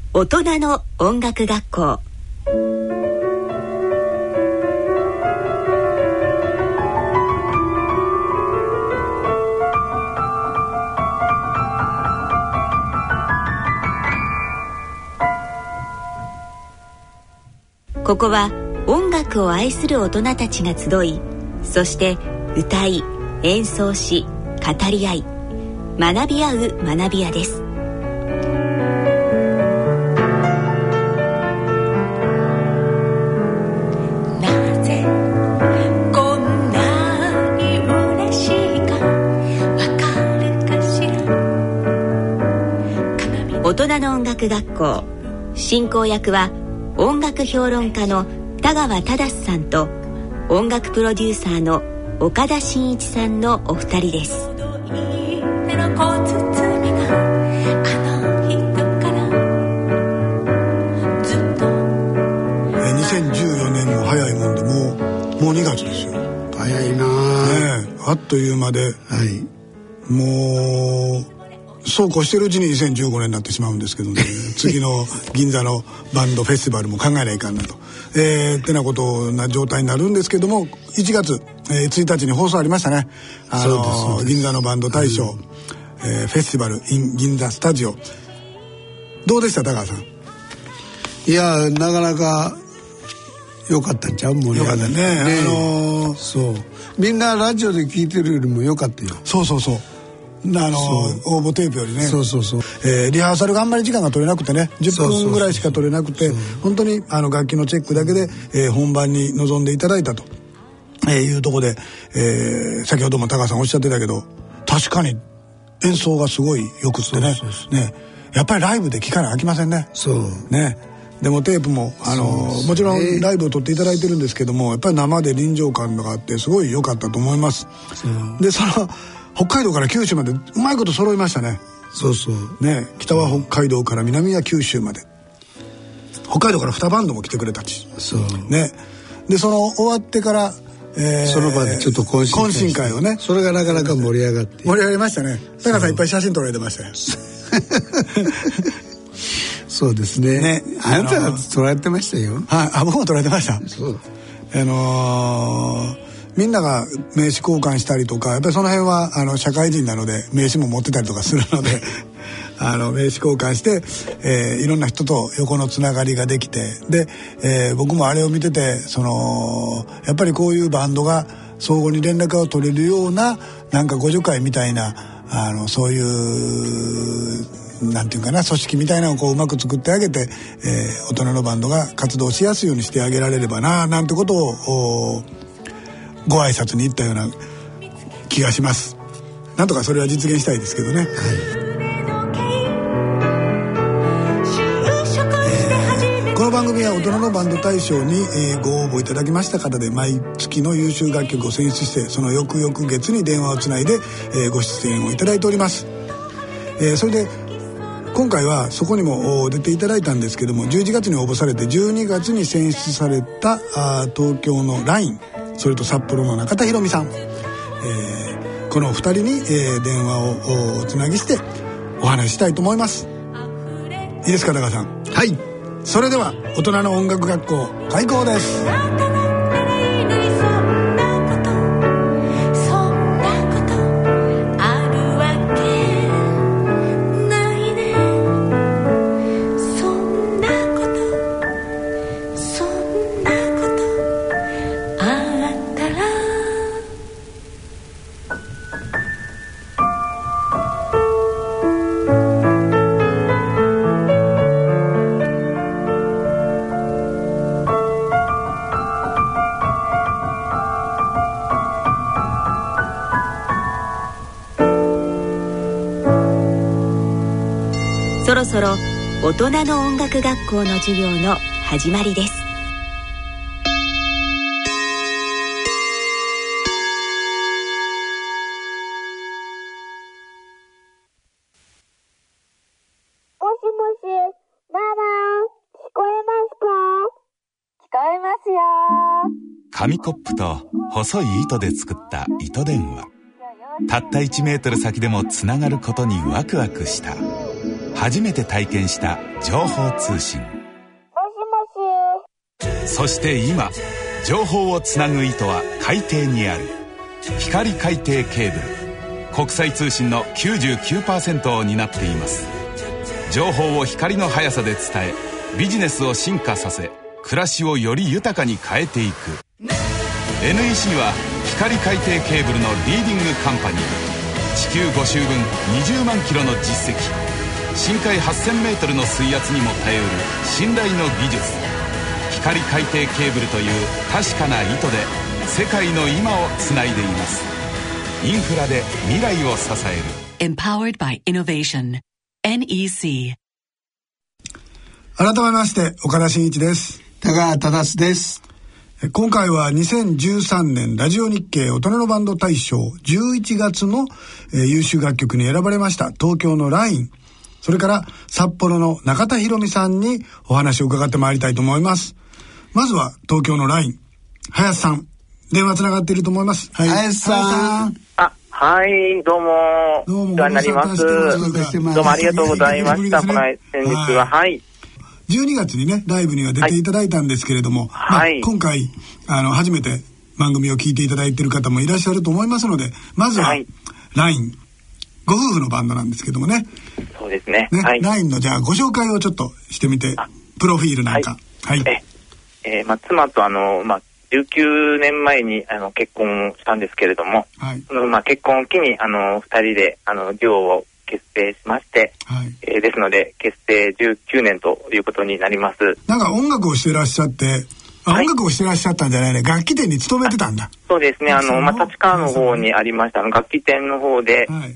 大人の音楽学校。ここは音楽を愛する大人たちが集い、そして歌い、演奏し、語り合い、学び合う学び屋です。なぜこんなに嬉しいかわかるかしら。大人の音楽学校進行役は音楽評論家の田川忠さんと音楽プロデューサーの岡田真一さんのお二人です。 2014年も早いもんでもう2月ですよ。 早いな、 あっという間で、もうそうこうしてるうちに2015年になってしまうんですけどね次の銀座のバンドフェスティバルも考えないかんなとってなことな状態になるんですけども、1月、1日に放送ありましたね。銀座のバンド大賞、フェスティバル in 銀座スタジオ。どうでした高橋さん？ いや、なかなか良かったんちゃう？盛り上がったね。そうみんなラジオで聞いてるよりも良かったよ。 そう応募テープよりね。リハーサルがあんまり時間が取れなくてね、10分ぐらいしか取れなくて、本当に楽器のチェックだけで、本番に臨んでいただいたと、いうところで、先ほども高橋さんおっしゃってたけど、確かに演奏がすごいよくってね、やっぱりライブで聴かな飽きませんね。でもテープももちろんライブを撮っていただいてるんですけども、やっぱり生で臨場感があってすごい良かったと思います。でその北海道から九州までうまいこと揃いましたね。北は北海道から南は九州まで、北海道から2バンドも来てくれたしでその終わってから、 その場でちょっと懇親会をね、それがなかなか盛り上がりましたね。高橋さんいっぱい写真撮られてましたよそうですね。あなたは撮られてましたよ。 僕も撮られてました。みんなが名刺交換したりとか、やっぱりその辺は社会人なので名刺も持ってたりとかするので名刺交換して、いろんな人と横のつながりができて、で、僕もあれを見ててやっぱりこういうバンドが相互に連絡を取れるようななんか互助会みたいなそういうなんていうかな、組織みたいなのをこううまく作ってあげて、大人のバンドが活動しやすいようにしてあげられればななんてことをご挨拶に行ったような気がします。なんとかそれは実現したいですけどね。この番組は大人のバンド大賞に、ご応募いただきました方で毎月の優秀楽曲を選出して、その翌々月に電話をつないで、ご出演をいただいております。それで今回はそこにも出ていただいたんですけども、11月に応募されて12月に選出された東京のライン、それと札幌の中田博美さん、この2人に、電話をつなぎしてお話ししたいと思います。いいですか高橋さん？ はい。 それでは大人の音楽学校開講です。そろそろ大人の音楽学校の授業の始まりです。 もしもし、ママ、聞こえますか？聞こえますよ。 紙コップと細い糸で作った糸電話。たった1メートル先でもつながることにワクワクした。 初めて体験した情報通信。 もしもし。 そして今、情報をつなぐ糸は海底にある。光海底ケーブル、国際通信の 99% を担っています。情報を光の速さで伝え、ビジネスを進化させ、暮らしをより豊かに変えていく。 NEC は光海底ケーブルのリーディングカンパニー。地球5周分20万キロの実績、深海8000メートルの水圧にも耐えうる信頼の技術。光海底ケーブルという確かな糸で世界の今をつないでいます。インフラで未来を支える。 Empowered by Innovation NEC。 改めまして岡田真一です。 田川忠です。 今回は2013年ラジオ日経大人のバンド大賞11月の、優秀楽曲に選ばれました東京のライン、それから札幌の中田博美さんにお話を伺ってまいりたいと思います。まずは東京のライン、林さん、電話つながっていると思います。 はい、林さん。 はい、どうも。お世話になります。どうもありがとうございました。この先日は、はい。 12月にね、ライブには出ていただいたんですけれども、はい、今回、初めて番組を聞いていただいている方もいらっしゃると思いますので、まずは、ライン、ご夫婦のバンドなんですけどもね。 そうですね。 はい、ラインのじゃあご紹介をちょっとしてみて、プロフィールなんか。 はい。妻と19年前に結婚したんですけれども、はい、結婚を機に2人でデュオを結成しまして、はい、ですので結成19年ということになります。 なんか音楽をしてらっしゃって、はい、音楽をしてらっしゃったんじゃないね、楽器店に勤めてたんだ。 そうですね、立川の方にありました楽器店の方で、はい、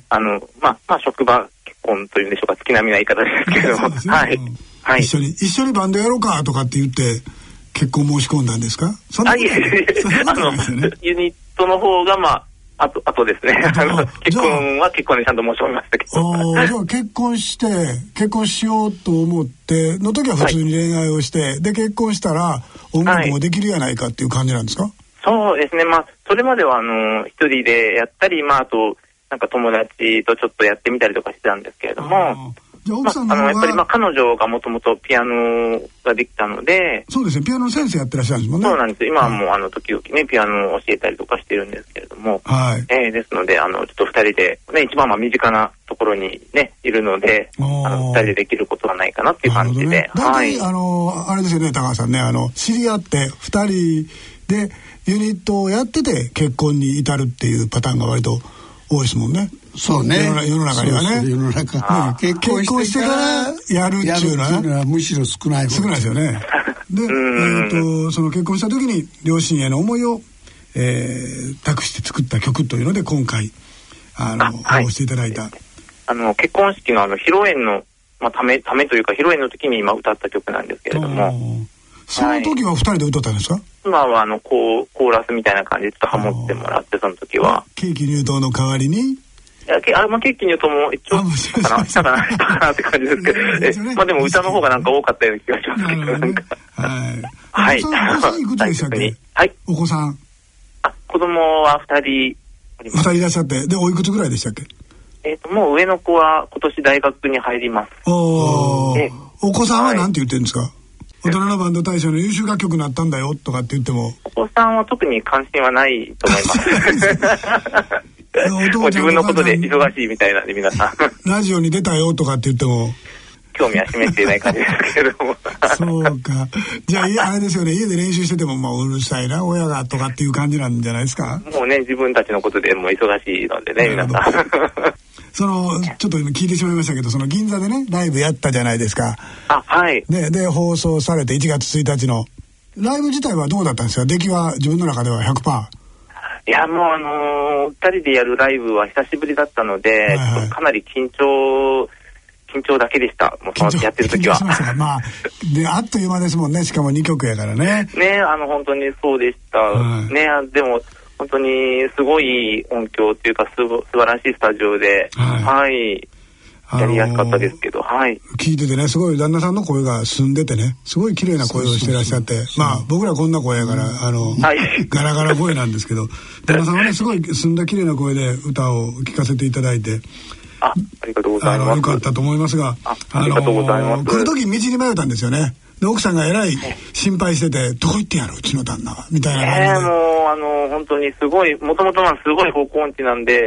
職場結婚というんでしょうか、月並みな言い方ですけども、はい、はい、一緒にバンドやろうかとかって言って結婚申し込んだんですか？そんなことないですよね。 ユニットの方があとですね。結婚は結婚でちゃんと申し込みましたけど。 じゃあ結婚しようと思っての時は普通に恋愛をして、はい、で結婚したら音楽もできるやないかっていう感じなんですか？はい、 そうですね。それまでは一人でやったり、あとなんか友達とちょっとやってみたりとかしてたんですけれども。 じゃあ奥さんの方がやっぱり彼女がもともとピアノができたので。 そうですね、ピアノの先生やってらっしゃるんですもんね。 そうなんです。今はもう時々ねピアノを教えたりとかしてるんですけれども、はい、ですのでちょっと2人でね、一番身近なところにねいるので、2人でできることはないかなっていう感じで、ね、 はい、あれですよね、高橋さんね、知り合って2人でユニットをやってて結婚に至るっていうパターンが割と多いですもんね。 そうね、 世の中にはね。 世の中、結婚してからやるっていうのはむしろ少ないですよね。で、その結婚した時に両親への思いを、託して作った曲というので今回応募していただいた。 結婚式の披露宴の、ためというか披露宴の時に今歌った曲なんですけれども。 その時は2人で歌ったんですか？ 今はコーラスみたいな感じでちょっとハモってもらって、その時は。 ケーキ入刀の代わりにケーキ入刀も一応したかなって感じですけど、でも歌の方がなんか多かったような気がしますけど。 はい。お子さんいくつでしたっけ？ はい。 お子さん。 子供は2人。 2人いらっしゃって、でおいくつぐらいでしたっけ？ もう上の子は今年大学に入ります。 お子さんはなんて言ってるんですか？大人のバンド大賞の優秀楽曲になったんだよとかって言っても。 お子さんは特に関心はないと思います。自分のことで忙しいみたいなんで皆さん。 ラジオに出たよとかって言っても。 興味は示していない感じですけれども。 そうか。じゃああれですよね、家で練習しててもうるさいな親がとかっていう感じなんじゃないですか？ もうね、自分たちのことでもう忙しいのでね、皆さん。 ちょっと聞いてしまいましたけど、その銀座でねライブやったじゃないですか。 はい。 で放送されて1月1日のライブ自体はどうだったんですか？出来は自分の中では 100%。 いや、もう2人でやるライブは久しぶりだったので、かなり緊張だけでした。もうそのやってる時は。 であっという間ですもんね。しかも2曲やからね。 ね、本当にそうでした。ね、でも本当にすごい音響っていうか素晴らしいスタジオで、はい、やりやすかったですけど、はい。 聞いててね、すごい旦那さんの声が澄んでてね、すごい綺麗な声をしてらっしゃって、僕らこんな声やからガラガラ声なんですけど、旦那さんはねすごい澄んだ綺麗な声で歌を聴かせていただいて、 ありがとうございます。 よかったと思いますが、 ありがとうございます。 来る時道に迷ったんですよね。で奥さんがえらい心配してて、どこ行ってやるうちの旦那はみたいな感じで、 もう本当にすごい、もともとはすごい方向音痴なんで、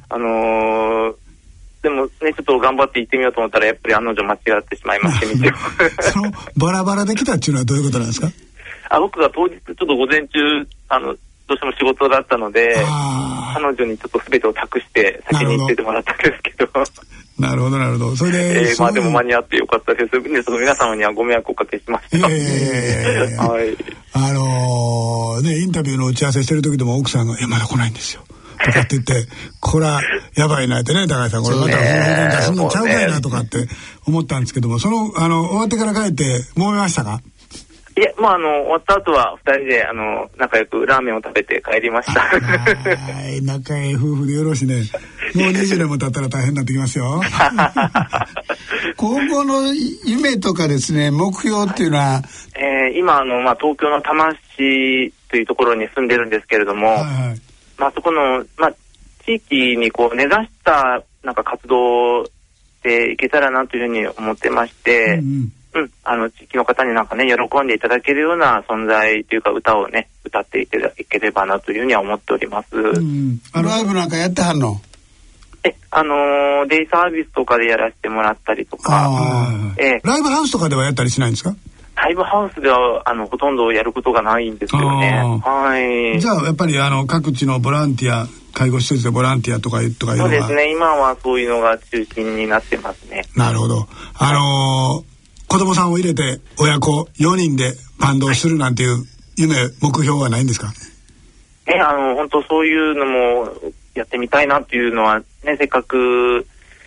でもね、ちょっと頑張って行ってみようと思ったら、やっぱり案の定間違ってしまいましてみてそのバラバラで来たっていうのはどういうことなんですか？ 僕が当日ちょっと午前中どうしても仕事だったので、彼女にちょっと全てを託して先に行っててもらったんですけどなるほどなるほど。それで、 まあでも間に合ってよかったです。でその皆様にはご迷惑をおかけしました。はい。 ね、インタビューの打ち合わせしてる時でも奥さんがまだ来ないんですよとかって言ってこれはやばいなってね、高橋さんこれまた出すのちゃうかいなとかって思ったんですけども、その終わってから帰って揉めましたか？ いや、まあ終わった後は2人で仲良くラーメンを食べて帰りました。 はい、仲良い夫婦でよろしいね。もう20年も経ったら大変になってきますよ。 今後の夢とかですね、目標っていうのは、 今東京の多摩市というところに住んでるんですけれども、そこの地域にこう根ざしたなんか活動でいけたらなというふうに思ってまして。地域の方になんかね喜んでいただけるような存在というか歌をね歌っていければなというふうには思っております。 ライブなんかやってはんの？ デイサービスとかでやらせてもらったりとか、 ライブハウスとかではやったりしないんですか？ ライブハウスではほとんどやることがないんですよね。はい。 じゃあやっぱり各地のボランティア、介護施設でボランティアとかいうのが、 そうですね、今はそういうのが中心になってますね。 なるほど。子供さんを入れて親子4人でバンドをするなんていう夢、目標はないんですか？ 本当そういうのもやってみたいなっていうのはね、せっかく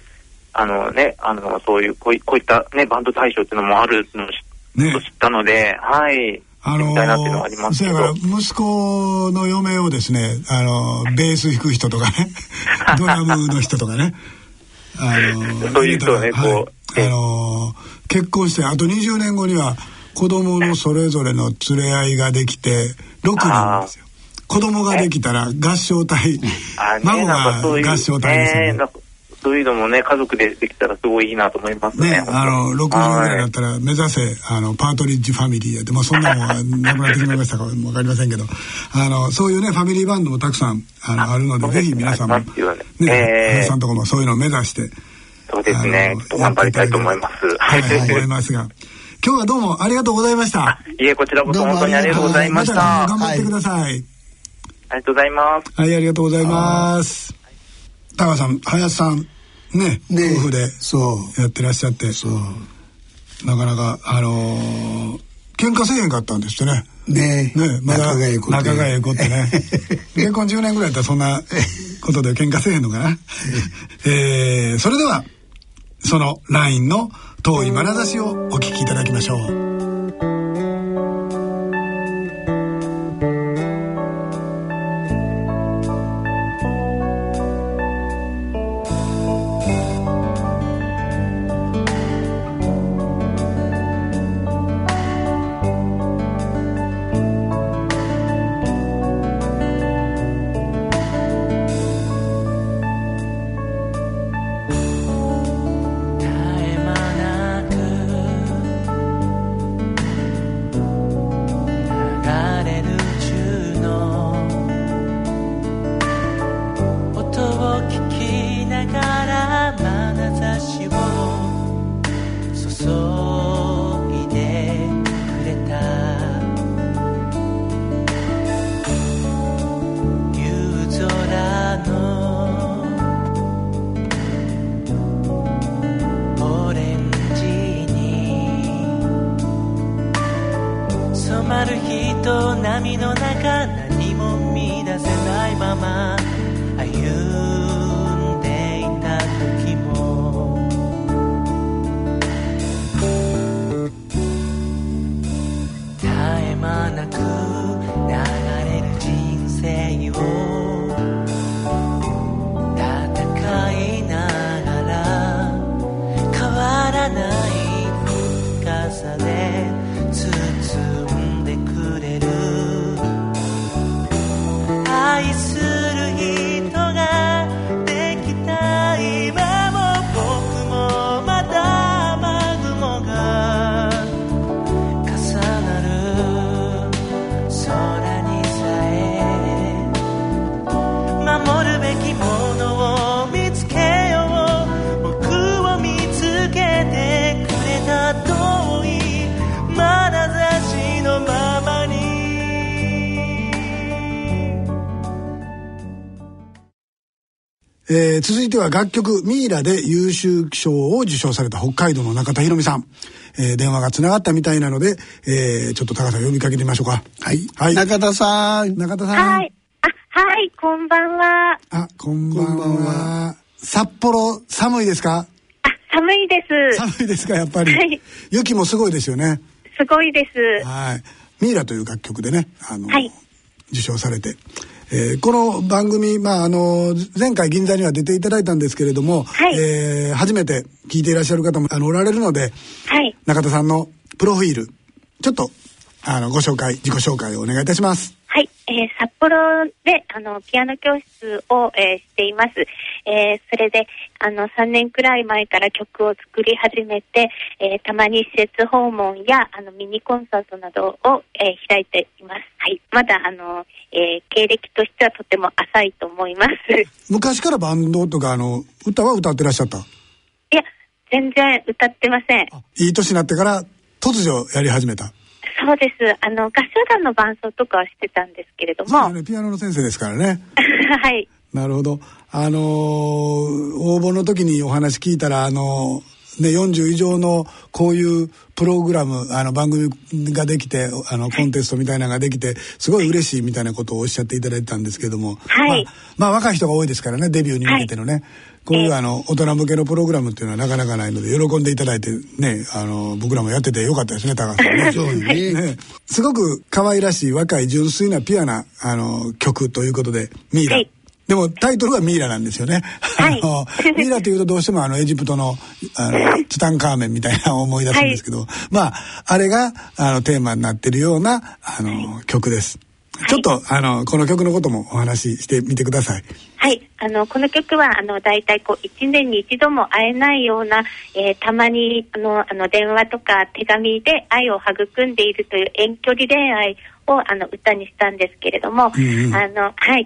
そういうこういったねバンド大賞っていうのもあるのを知ったので、はい、やってみたいなっていうのはありますけど、 息子の嫁をですね、ベース弾く人とかねドラムの人とかねそういう人をね、 結婚してあと20年後には子供のそれぞれの連れ合いができて6人ですよ。子供ができたら合唱隊、孫が合唱隊ですよね。 そういうのもね、家族でできたらすごいいいなと思いますね。 60ぐらいだったら目指せパートリッジファミリーやって、そんなもんがなくなってしまいましたか分かりませんけど、そういうねファミリーバンドもたくさんあるので、ぜひ皆さんもね、さんとこもそういうのを目指して、 そうですね、ちょっと頑張りたいと思います。 思いますが、今日はどうもありがとうございました。 いえ、こちらこそ本当にありがとうございました。 また頑張ってください。 ありがとうございます。 はい、ありがとうございます。高橋さん、林さんね、夫婦でやってらっしゃって、なかなか喧嘩せえへんかったんですってね。まだ仲がええ子ってね。結婚10年ぐらいやったらそんなことで喧嘩せえへんのかな。それではそのラインの遠い眼差しをお聞きいただきましょう。 波の中何も見出せないまま歩んでいた時も絶え間なく流れる人生を戦いながら変わらない深さで包んでくれる愛する人ができた今も続いては楽曲ミイラで優秀賞を受賞された北海道の中田博美さん、電話がつながったみたいなので、ちょっと高さん呼びかけてみましょうか。はい、はい、中田さん。 はい、はい、こんばんは。 こんばんは。札幌寒いですか？ 寒いです。 寒いですか、やっぱり。はい、雪もすごいですよね。 すごいです。 はい。ミイラという楽曲でね、はい、受賞されて。この番組、前回銀座には出ていただいたんですけれども、はい、初めて聞いていらっしゃる方もおられるので、はい、中田さんのプロフィールちょっと自己紹介をお願いいたします。 はい、札幌でピアノ教室を、しています。それで3年くらい前から曲を作り始めて、たまに施設訪問やミニコンサートなどを、開いています。はい、まだ経歴としてはとても浅いと思います。 昔からバンドとか歌は歌ってらっしゃった？いや、全然歌ってません。 いい年になってから突如やり始めた？ そうです。合唱団の伴奏とかはしてたんですけれども。 そうですね、ピアノの先生ですからね。 はい。 なるほど。応募の時にお話聞いたら40以上のこういうプログラム番組ができてコンテストみたいなのができてすごい嬉しいみたいなことをおっしゃっていただいてたんですけども、はい、若い人が多いですからね、デビューに向けてのね、はい、こういう大人向けのプログラムっていうのはなかなかないので喜んでいただいてね、僕らもやっててよかったですね、高橋さんね。そうね。すごく可愛らしい若い純粋なピュアな曲ということでミイラ、はい、でもタイトルはミイラなんですよね。はい、ミイラというとどうしてもエジプトのツタンカーメンみたいな思い出すんですけど、はい、あれがテーマになってるような曲です。ちょっとこの曲のこともお話ししてみてください。 はい、この曲はだいたい1年に1度も会えないような、たまに電話とか手紙で愛を育んでいるという遠距離恋愛を歌にしたんですけれども、はい、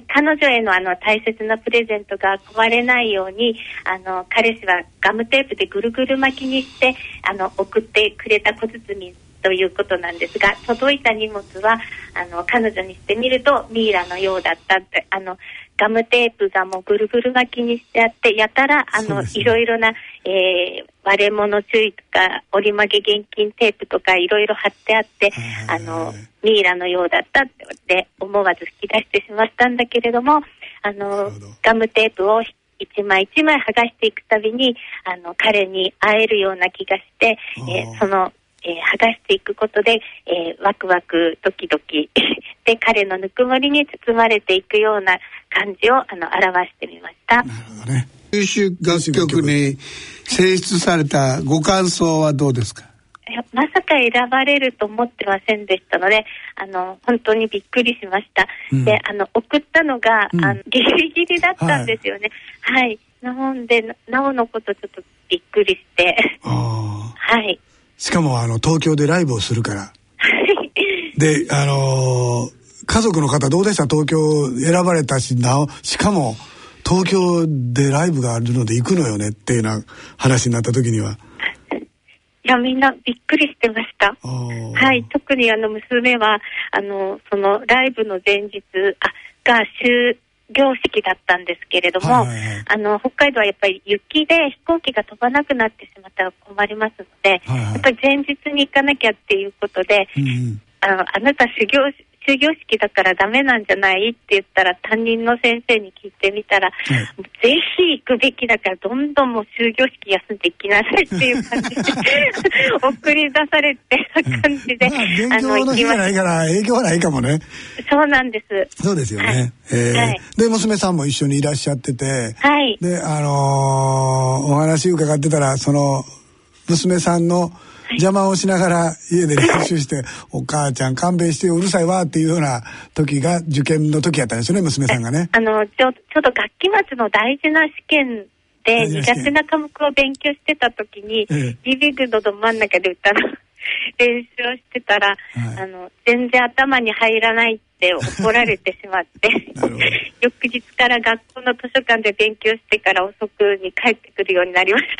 彼女への大切なプレゼントが壊れないように彼氏はガムテープでぐるぐる巻きにして送ってくれた小包ということなんですが、届いた荷物は彼女にしてみるとミイラのようだったって、ガムテープがもうぐるぐる巻きにしてあって、やたらいろいろな、割れ物注意とか折り曲げ現金テープとかいろいろ貼ってあってミイラのようだったって思わず吹き出してしまったんだけれども、ガムテープを一枚一枚剥がしていくたびに彼に会えるような気がして、その剥がしていくことで、ワクワクドキドキで彼のぬくもりに包まれていくような感じを表してみました。 なるほどね。 優秀楽曲に選出されたご感想はどうですか？ まさか選ばれると思ってませんでしたので本当にびっくりしました、で送ったのが、ギリギリだったんですよね。はい、なのでなおのことちょっとびっくりしてはい、 しかも東京でライブをするからで家族の方どうでした？東京選ばれたししかも東京でライブがあるので行くのよねっていうような話になった時には、 いや、みんなびっくりしてました。はい、特に娘はそのライブの前日が終業式だったんですけれども、北海道はやっぱり雪で飛行機が飛ばなくなってしまったら困りますので、やっぱり前日に行かなきゃっていうことで、あなた終業式だからダメなんじゃないって言ったら担任の先生に聞いてみたら、ぜひ行くべきだからどんどんもう終業式休んで行きなさいっていう感じで送り出されてた感じで、 勉強の日じゃないから影響はないかもね。 そうなんです。 そうですよね。で娘さんも一緒にいらっしゃってて、はい、でお話伺ってたらその娘さんの邪魔をしながら家で練習してお母ちゃん勘弁してようるさいわっていうような時が受験の時やったんですよね、娘さんがね。ちょうど学期末の大事な試験で苦手な科目を勉強してた時に、リビングのど真ん中で歌の練習をしてたら、全然頭に入らないって怒られてしまって翌日から学校の図書館で勉強してから遅くに帰ってくるようになりました。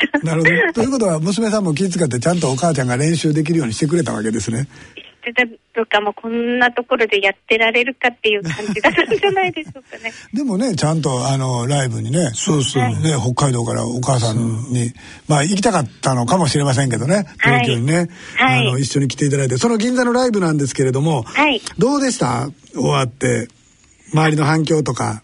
なるほど。ということは娘さんも気遣ってちゃんとお母ちゃんが練習できるようにしてくれたわけですね。 しってたとかもこんなところでやってられるかっていう感じだったんじゃないでしょうかね。 でもねちゃんとライブにね、そうそう、はい、ね、北海道からお母さんにまあ行きたかったのかもしれませんけどね、東京にね、はい、一緒に来ていただいて、その銀座のライブなんですけれども、はい、どうでした？終わって周りの反響とか。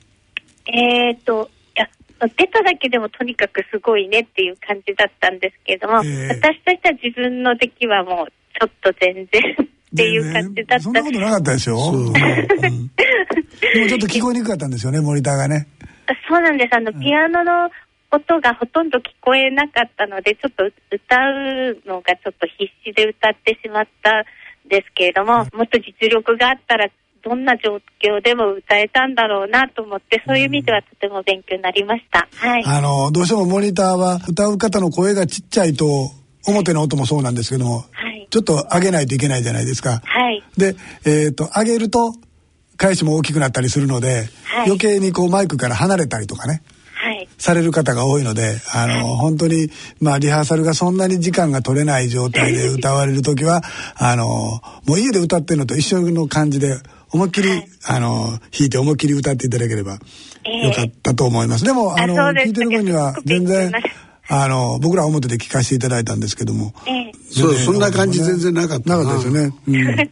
出ただけでもとにかくすごいねっていう感じだったんですけれども、私としては自分の出来はもうちょっと全然っていう感じだった。 そんなことなかったでしょ。でもちょっと聞こえにくかったんですよね、モニターがね。 そうなんです。ピアノの音がほとんど聞こえなかったので、ちょっと歌うのがちょっと必死で歌ってしまったんですけれども、もっと実力があったらどんな状況でも歌えたんだろうなと思って、そういう意味ではとても勉強になりました。はい。 どうしてもモニターは歌う方の声がちっちゃいと、表の音もそうなんですけども、はい、ちょっと上げないといけないじゃないですか。はい。で、上げると返しも大きくなったりするので、はい、余計にこうマイクから離れたりとかね。はい。される方が多いので、本当に、まあ、リハーサルがそんなに時間が取れない状態で歌われるときは、もう家で歌ってるのと一緒の感じで、思いっきり、はい、弾いて思いっきり歌っていただければよかったと思います。でも、聞いてる分には全然、僕ら表で聞かせていただいたんですけども。 そう、そんな感じ全然なかった。 なかったですよね。うん、はい。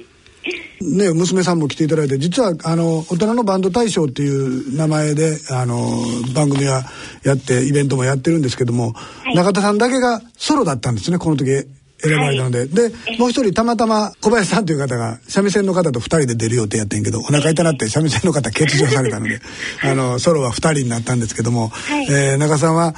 ね、娘さんも来ていただいて、実は、大人のバンド大賞っていう名前で、番組はやって、イベントもやってるんですけども、はい、中田さんだけがソロだったんですね、この時。選ばれたので、はい、でもう一人たまたま小林さんという方が三味線の方と2人で出る予定やってんけど、お腹痛なって三味線の方欠場されたのでソロは2人になったんですけども、はい、中さんは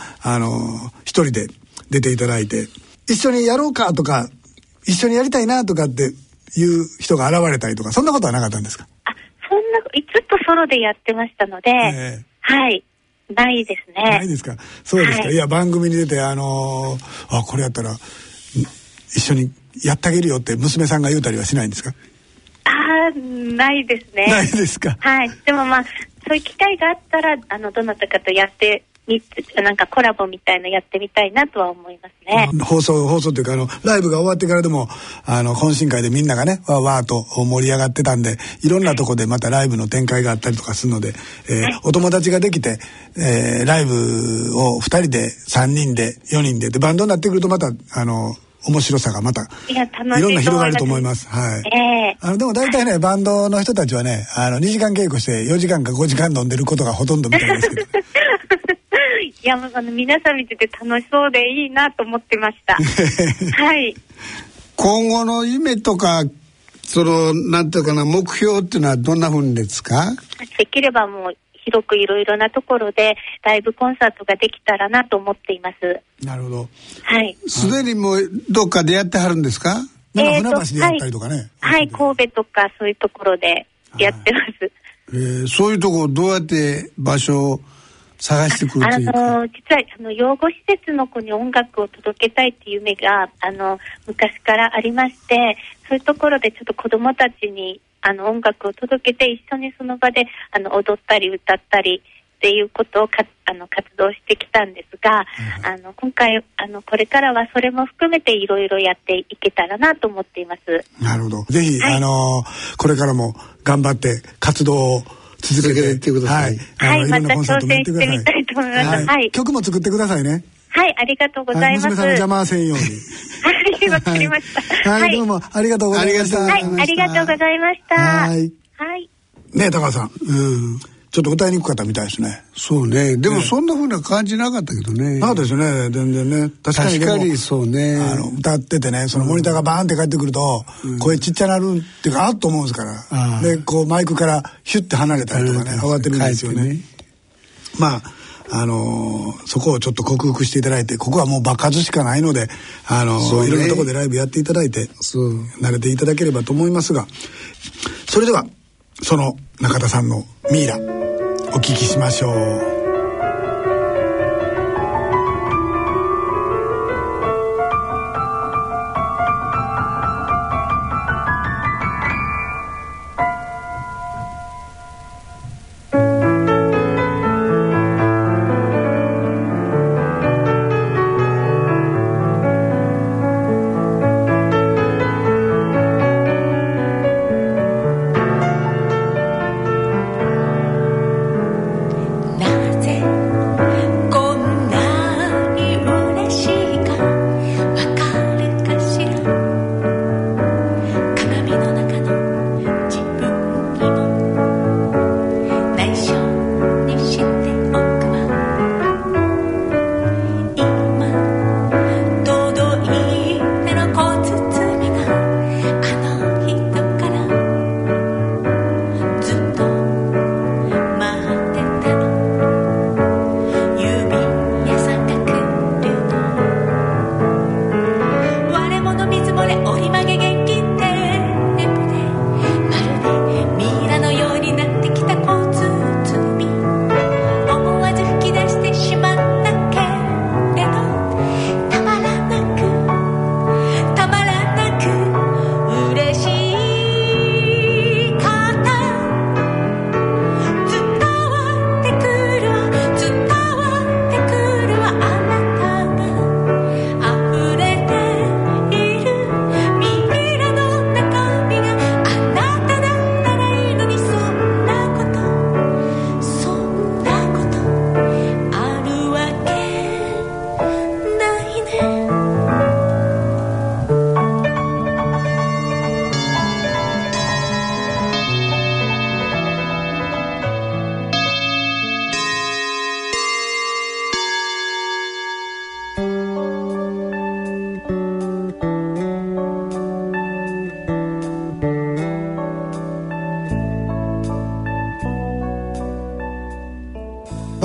1人で出ていただいて、一緒にやろうかとか一緒にやりたいなとかっていう人が現れたりとか、そんなことはなかったんですか？ そんなずっとソロでやってましたので、はい、ないですね。 ないですか。そうですか。はい、いや番組に出てこれやったら一緒にやってあげるよって娘さんが言うたりはしないんですか？ ないですね。 ないですか。 はい。でもまあそういう機会があったらどなたかとやってなんかコラボみたいなやってみたいなとは思いますね。 放送というかライブが終わってからでも懇親会でみんながねわーっと盛り上がってたんで、いろんなとこでまたライブの展開があったりとかするので、お友達ができて、ライブを2人で3人で4人でバンドになってくるとまた面白さがまたいろんな広がると思います。はい。でも大体ね、バンドの人たちはね、2時間稽古して4時間か5時間飲んでることがほとんどみたいですけど。 いや、皆さん見てて楽しそうでいいなと思ってました。はい。 今後の夢とか、なんていうかな、目標っていうのはどんな風ですか？ できればもう、広くいろいろなところでライブコンサートができたらなと思っています。 なるほど。 はい。 すでにもうどっかでやってはるんですか？ なんか船橋でやったりとかね。 はい、神戸とかそういうところでやってます。 そういうとこどうやって場所を探してくるというか。 実は養護施設の子に音楽を届けたいっていう夢が昔からありまして、そういうところでちょっと子どもたちに音楽を届けて一緒にその場で踊ったり歌ったりっていうことを活動してきたんですが、今回これからはそれも含めていろいろやっていけたらなと思っています。 なるほど。ぜひ、はい、これからも頑張って活動を続けていってください。 はい、また挑戦してみたいと思います。はい。 曲も作ってくださいね。 はい、ありがとうございます。 娘さんの邪魔はせんように。 はい、わかりました。 はい、どうもありがとうございました。 はい、ありがとうございました。はい。はい。 ねえ、高橋さん。ちょっと歌いにくかったみたいですね。 そうね。でもそんな風な感じなかったけどね。 なかったですよね。全然ね。確かにそうね。 歌っててね、そのモニターがバーンって帰ってくると、声ちっちゃなるっていうか、あっと思うんですから。で、こうマイクからヒュッて離れたりとかね、慌てるんですよね。まあ、そこをちょっと克服していただいて、ここはもう爆発しかないので、いろんなところでライブやっていただいて、慣れていただければと思いますが、それでは、その中田さんのミイラ、お聞きしましょう。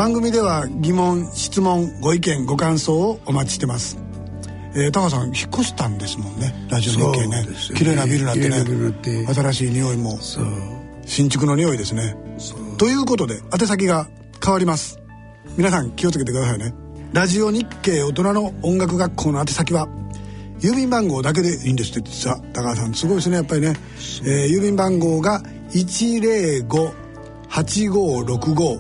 番組では疑問、質問、ご意見、ご感想をお待ちしてます。高さん引っ越したんですもんね、ラジオ日経ね。綺麗なビルになってね、新しい匂いも新築の匂いですね。ということで宛先が変わります。皆さん気をつけてくださいね。ラジオ日経大人の音楽学校の宛先は郵便番号だけでいいんですって。実は高橋さんすごいですね、やっぱりね。郵便番号が 105-8565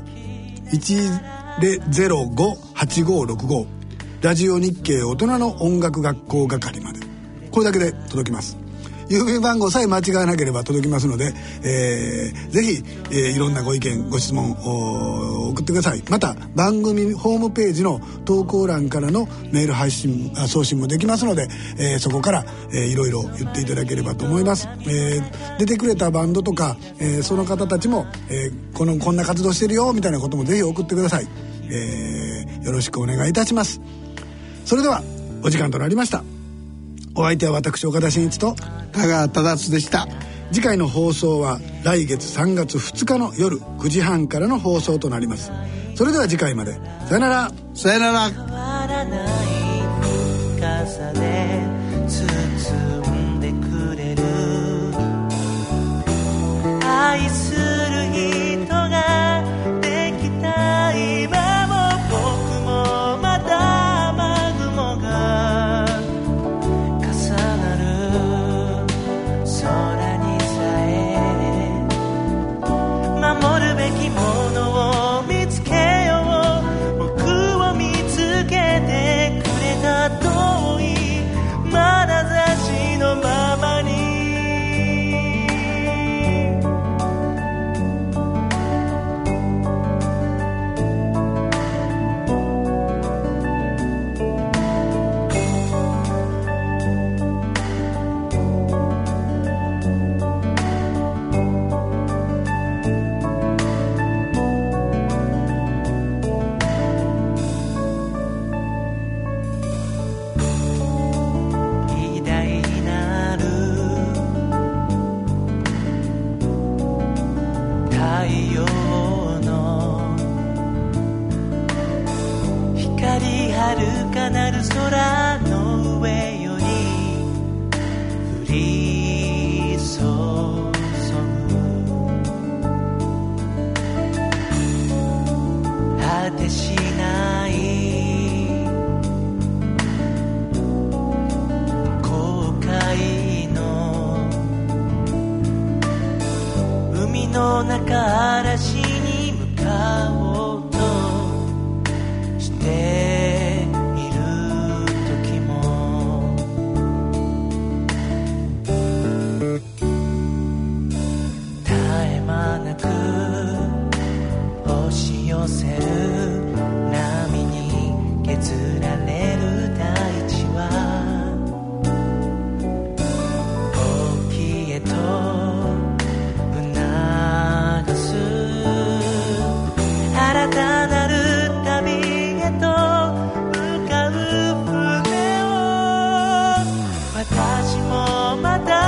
105-8565 ラジオ日経大人の音楽学校係まで、これだけで届きます。郵便番号さえ間違わなければ届きますので、ぜひ、いろんなご意見ご質問を送ってください。また番組ホームページの投稿欄からのメール送信もできますので、そこから、いろいろ言っていただければと思います。出てくれたバンドとか、その方たちも、こんな活動してるよみたいなこともぜひ送ってください。よろしくお願いいたします。それではお時間となりました。お相手は私岡田真一と田川忠でした。 次回の放送は来月3月2日の夜9時半からの放送となります。それでは次回まで。さよなら。 さよなら。 変わらない深さで包んでくれる愛する人ができた今も僕もまだ雨雲が重なる空にさえ守るべきものを見つけよう。僕を見つけてくれた遠い眼差しのままに遥かなる空の上より降り注ぐ果てしない後悔の海の中嵐に向かおうとして押し寄せる波に削られる大地は沖へと促す新たなる旅へと向かう船を私もまた